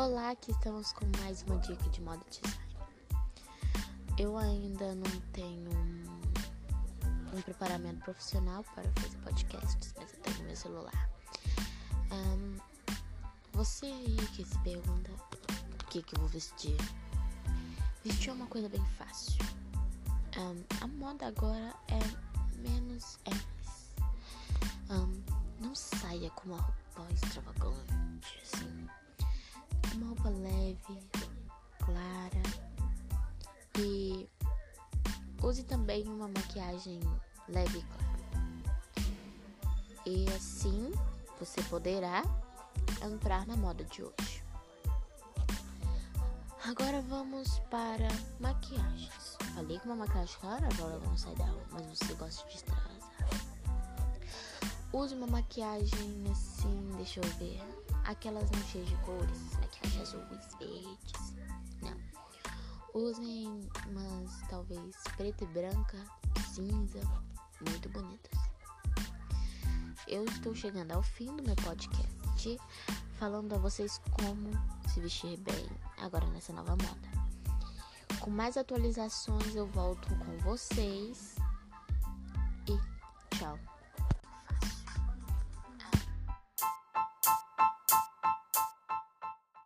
Olá, aqui estamos com mais uma dica de moda design. Eu ainda não tenho um preparamento profissional para fazer podcasts, mas eu tenho meu celular. Você aí que se pergunta o que eu vou vestir. Vestir é uma coisa bem fácil. A moda agora é menos é mais. Não saia com uma roupa extravagante, assim. Uma roupa leve, clara. E use também uma maquiagem leve e clara. E assim você poderá entrar na moda de hoje. Agora vamos para maquiagens. Falei que uma maquiagem clara, agora vamos sair da rua, mas você gosta de extravasar. Use uma maquiagem assim, deixa eu ver, aquelas não cheias de cores, maquiagem azuis, verdes, não. Usem umas talvez preta e branca, cinza, muito bonitas. Eu estou chegando ao fim do meu podcast, falando a vocês como se vestir bem agora nessa nova moda. Com mais atualizações eu volto com vocês e tchau.